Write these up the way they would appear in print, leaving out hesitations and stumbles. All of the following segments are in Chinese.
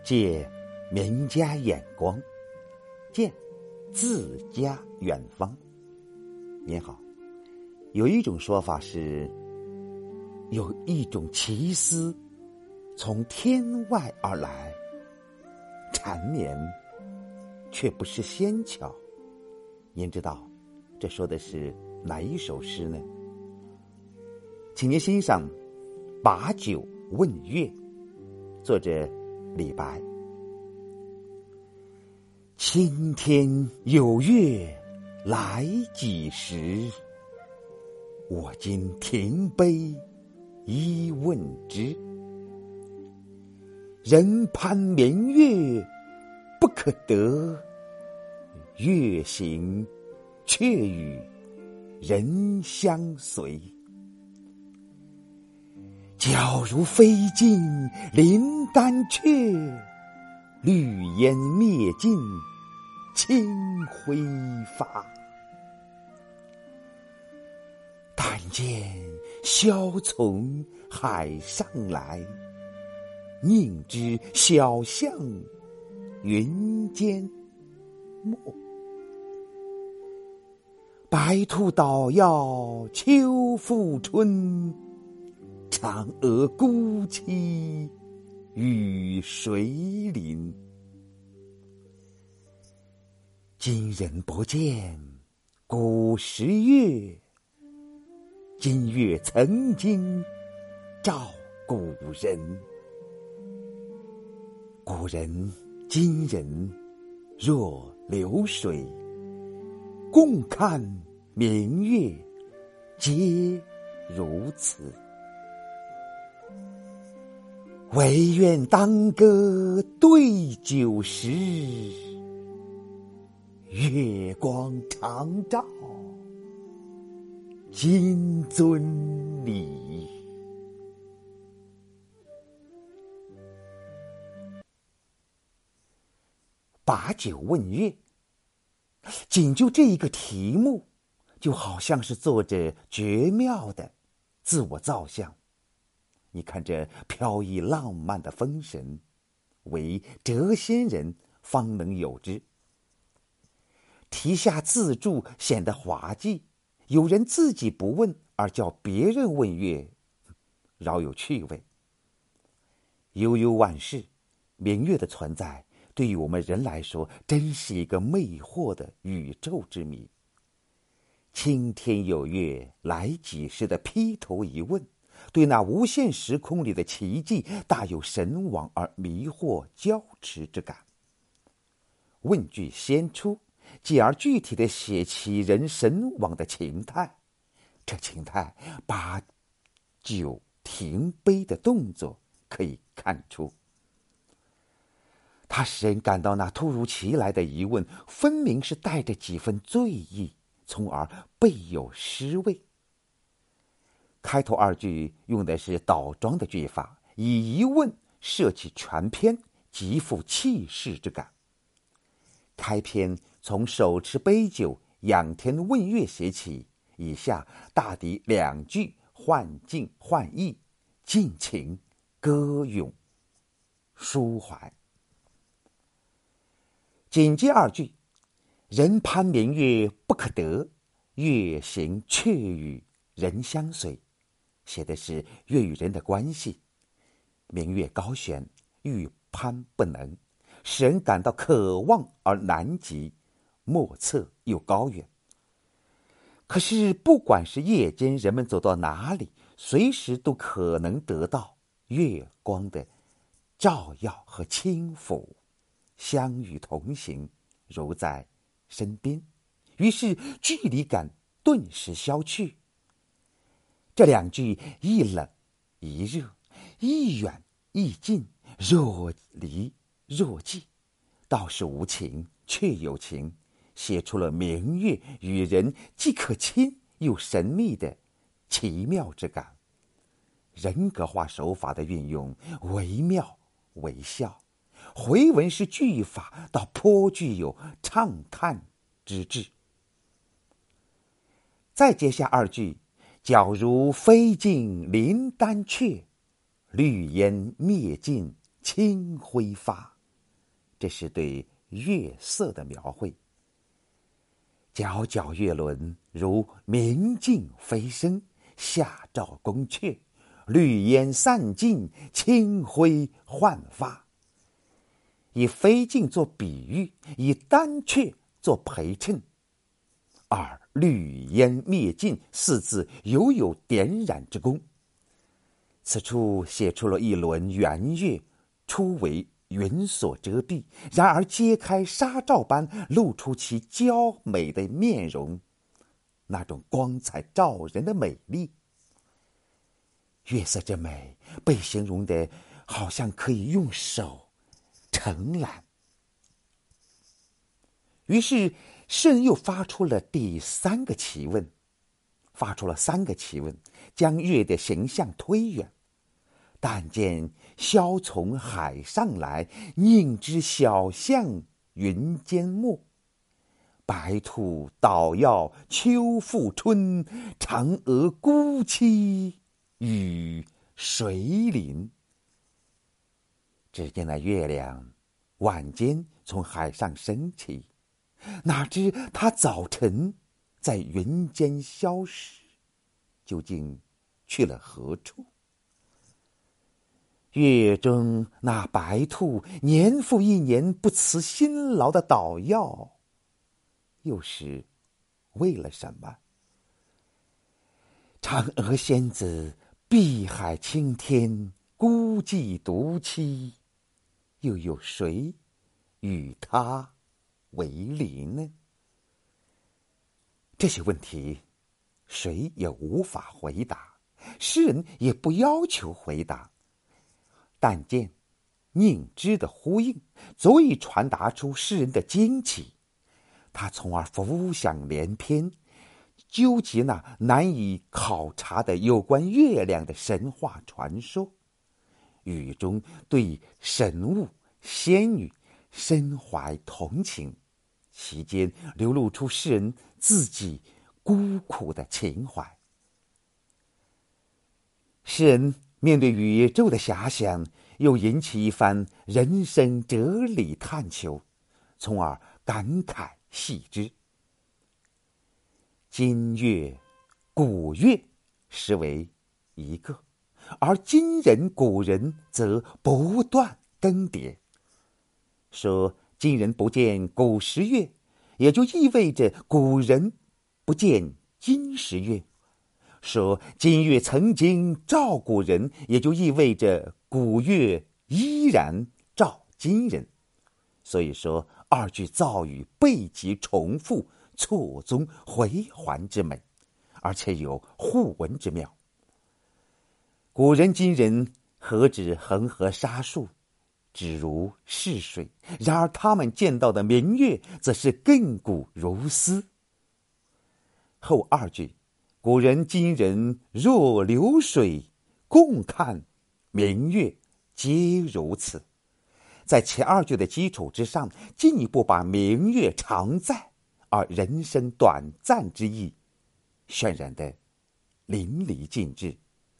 借名家眼光，见自家远方。您好，有一种说法是，有一种奇思从天外而来，缠绵却不是仙巧。您知道这说的是哪一首诗呢？请您欣赏《把酒问月》，作者李白。青天有月来几时？我今停杯一问之。人攀明月不可得，月行却与人相随。皎如飞尽林丹阙，绿烟灭尽清辉发。但见萧从海上来，宁知晓向云间没。白兔捣药秋复春，嫦娥孤栖与谁邻？今人不见古时月，今月曾经照古人。古人今人若流水，共看明月皆如此。唯愿当歌对酒时，月光常照金樽里。把酒问月，仅就这一个题目，就好像是做着绝妙的自我造像。你看这飘逸浪漫的风神，唯谪仙人方能有之。题下自注显得滑稽，有人自己不问而叫别人问月，饶有趣味。悠悠万事，明月的存在对于我们人来说，真是一个魅惑的宇宙之谜。青天有月来几时的劈头一问，对那无限时空里的奇迹大有神往而迷惑交织之感。问句先出，继而具体地写其人神往的情态，这情态把酒停杯的动作可以看出。它使人感到那突如其来的疑问分明是带着几分醉意，从而倍有诗味。开头二句用的是倒装的句法，以疑问设起全篇，极富气势之感。开篇从手持杯酒仰天问月写起，以下大抵两句换境换意，尽情歌咏抒怀。紧接二句，人攀明月不可得，月行却与人相随，写的是月与人的关系。明月高悬，欲攀不能，使人感到可望而难及，莫测又高远。可是不管是夜间人们走到哪里，随时都可能得到月光的照耀和轻抚，相与同行，如在身边，于是距离感顿时消去。这两句一冷一热，一远一近，若离若即，倒是无情却有情，写出了明月与人既可亲又神秘的奇妙之感。人格化手法的运用惟妙惟肖，回文式句法倒颇具有畅叹之志。再接下二句，皎如飞尽林丹阙，绿烟灭尽清辉发。 这是对月色的描绘。皎皎月轮如明镜飞升，下照宫阙，绿烟散尽，清辉焕发。以飞镜做比喻，以丹阙做陪衬，而绿烟灭尽四字犹有点染之功。此处写出了一轮圆月，初为云所遮蔽，然而揭开纱罩般露出其娇美的面容，那种光彩照人的美丽。月色之美被形容的好像可以用手承揽。于是诗人又发出了3个奇问，将月的形象推远。但见萧从海上来，宁知晓向云间没。白兔捣药秋复春，嫦娥孤栖与谁邻？只见那月亮晚间从海上升起，哪知它早晨在云间消失，究竟去了何处？月中那白兔年复一年不辞辛劳的捣药，又是为了什么？嫦娥仙子碧海青天，孤寂独栖，又有谁与她为邻呢？这些问题谁也无法回答，诗人也不要求回答。但见宁知的呼应，足以传达出诗人的惊奇。他从而浮想联翩，纠集那难以考察的有关月亮的神话传说，语中对神物仙女深怀同情，其间流露出诗人自己孤苦的情怀。诗人面对宇宙的遐想，又引起一番人生哲理探求，从而感慨系之。今月、古月实为一个，而今人、古人则不断更迭。说今人不见古时月，也就意味着古人不见今时月。说今月曾经照古人，也就意味着古月依然照今人。所以说二句造语背集重复，错综回环之美，而且有互文之妙。古人今人何止恒河沙数，只如逝水，然而他们见到的明月则是亘古如斯。后二句古人今人若流水，共看明月皆如此，在前二句的基础之上，进一步把明月常在而人生短暂之意渲染得淋漓尽致。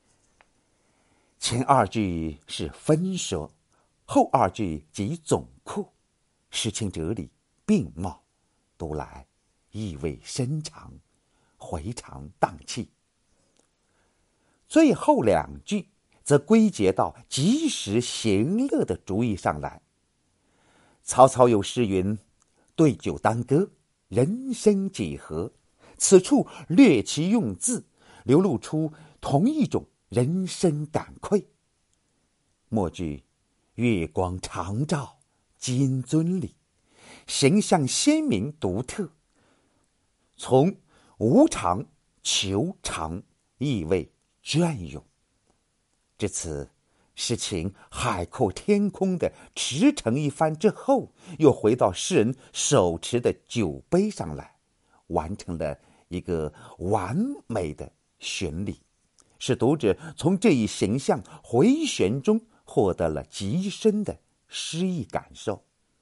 前二句是分说，后二句即总括，诗情哲理并茂，读来意味深长，回肠荡气。最后两句则归结到及时行乐的主意上来。曹操有诗云：对酒当歌，人生几何。此处略其用字，流露出同一种人生感愧。末句月光长照金樽里，形象鲜明独特，从无常求常，意味隽永。至此，诗情海阔天空的驰骋一番之后，又回到诗人手持的酒杯上来，完成了一个完美的旋律，使读者从这一形象回旋中获得了极深的诗意感受。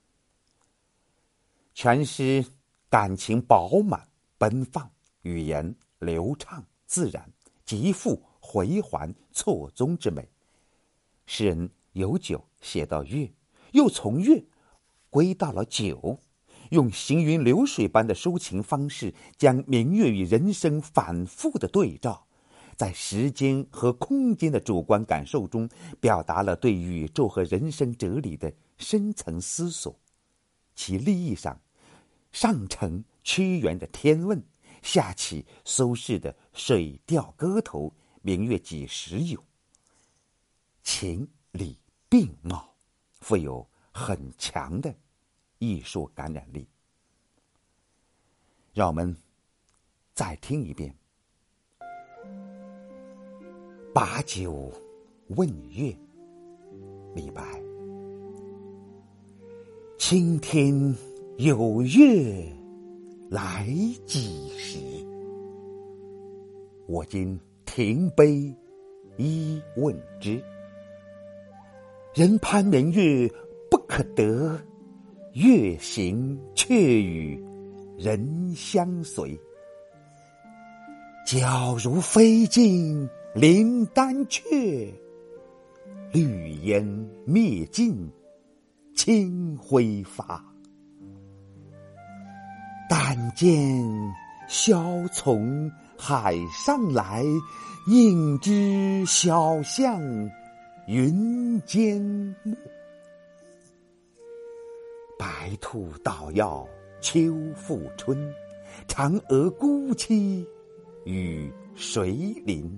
全诗感情饱满奔放，语言流畅自然，极富回环错综之美。诗人由酒写到月，又从月归到了酒，用行云流水般的抒情方式，将明月与人生反复的对照，在时间和空间的主观感受中，表达了对宇宙和人生哲理的深层思索。其立意上，上承屈原的《天问》，下启苏轼的《水调歌头》，明月几时有，情理并茂，富有很强的艺术感染力。让我们再听一遍《把酒问月》，李白。青天有月来几时？我今停杯一问之。人攀明月不可得，月行却与人相随。皎如飞尽灵丹阙，绿烟灭尽清辉发。但见萧从海上来，宁知晓向云间没。白兔捣药秋复春，嫦娥孤栖与谁邻？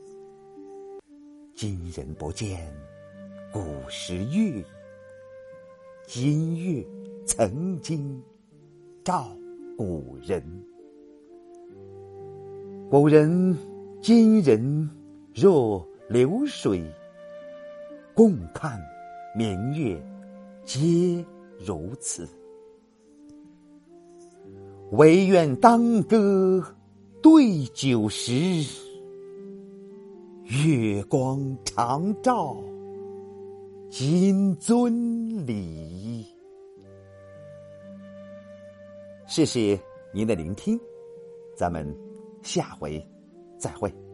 今人不见古时月，今月曾经照古人。古人今人若流水，共看明月皆如此。唯愿当歌对酒时，月光长照金樽里。谢谢您的聆听，咱们下回再会。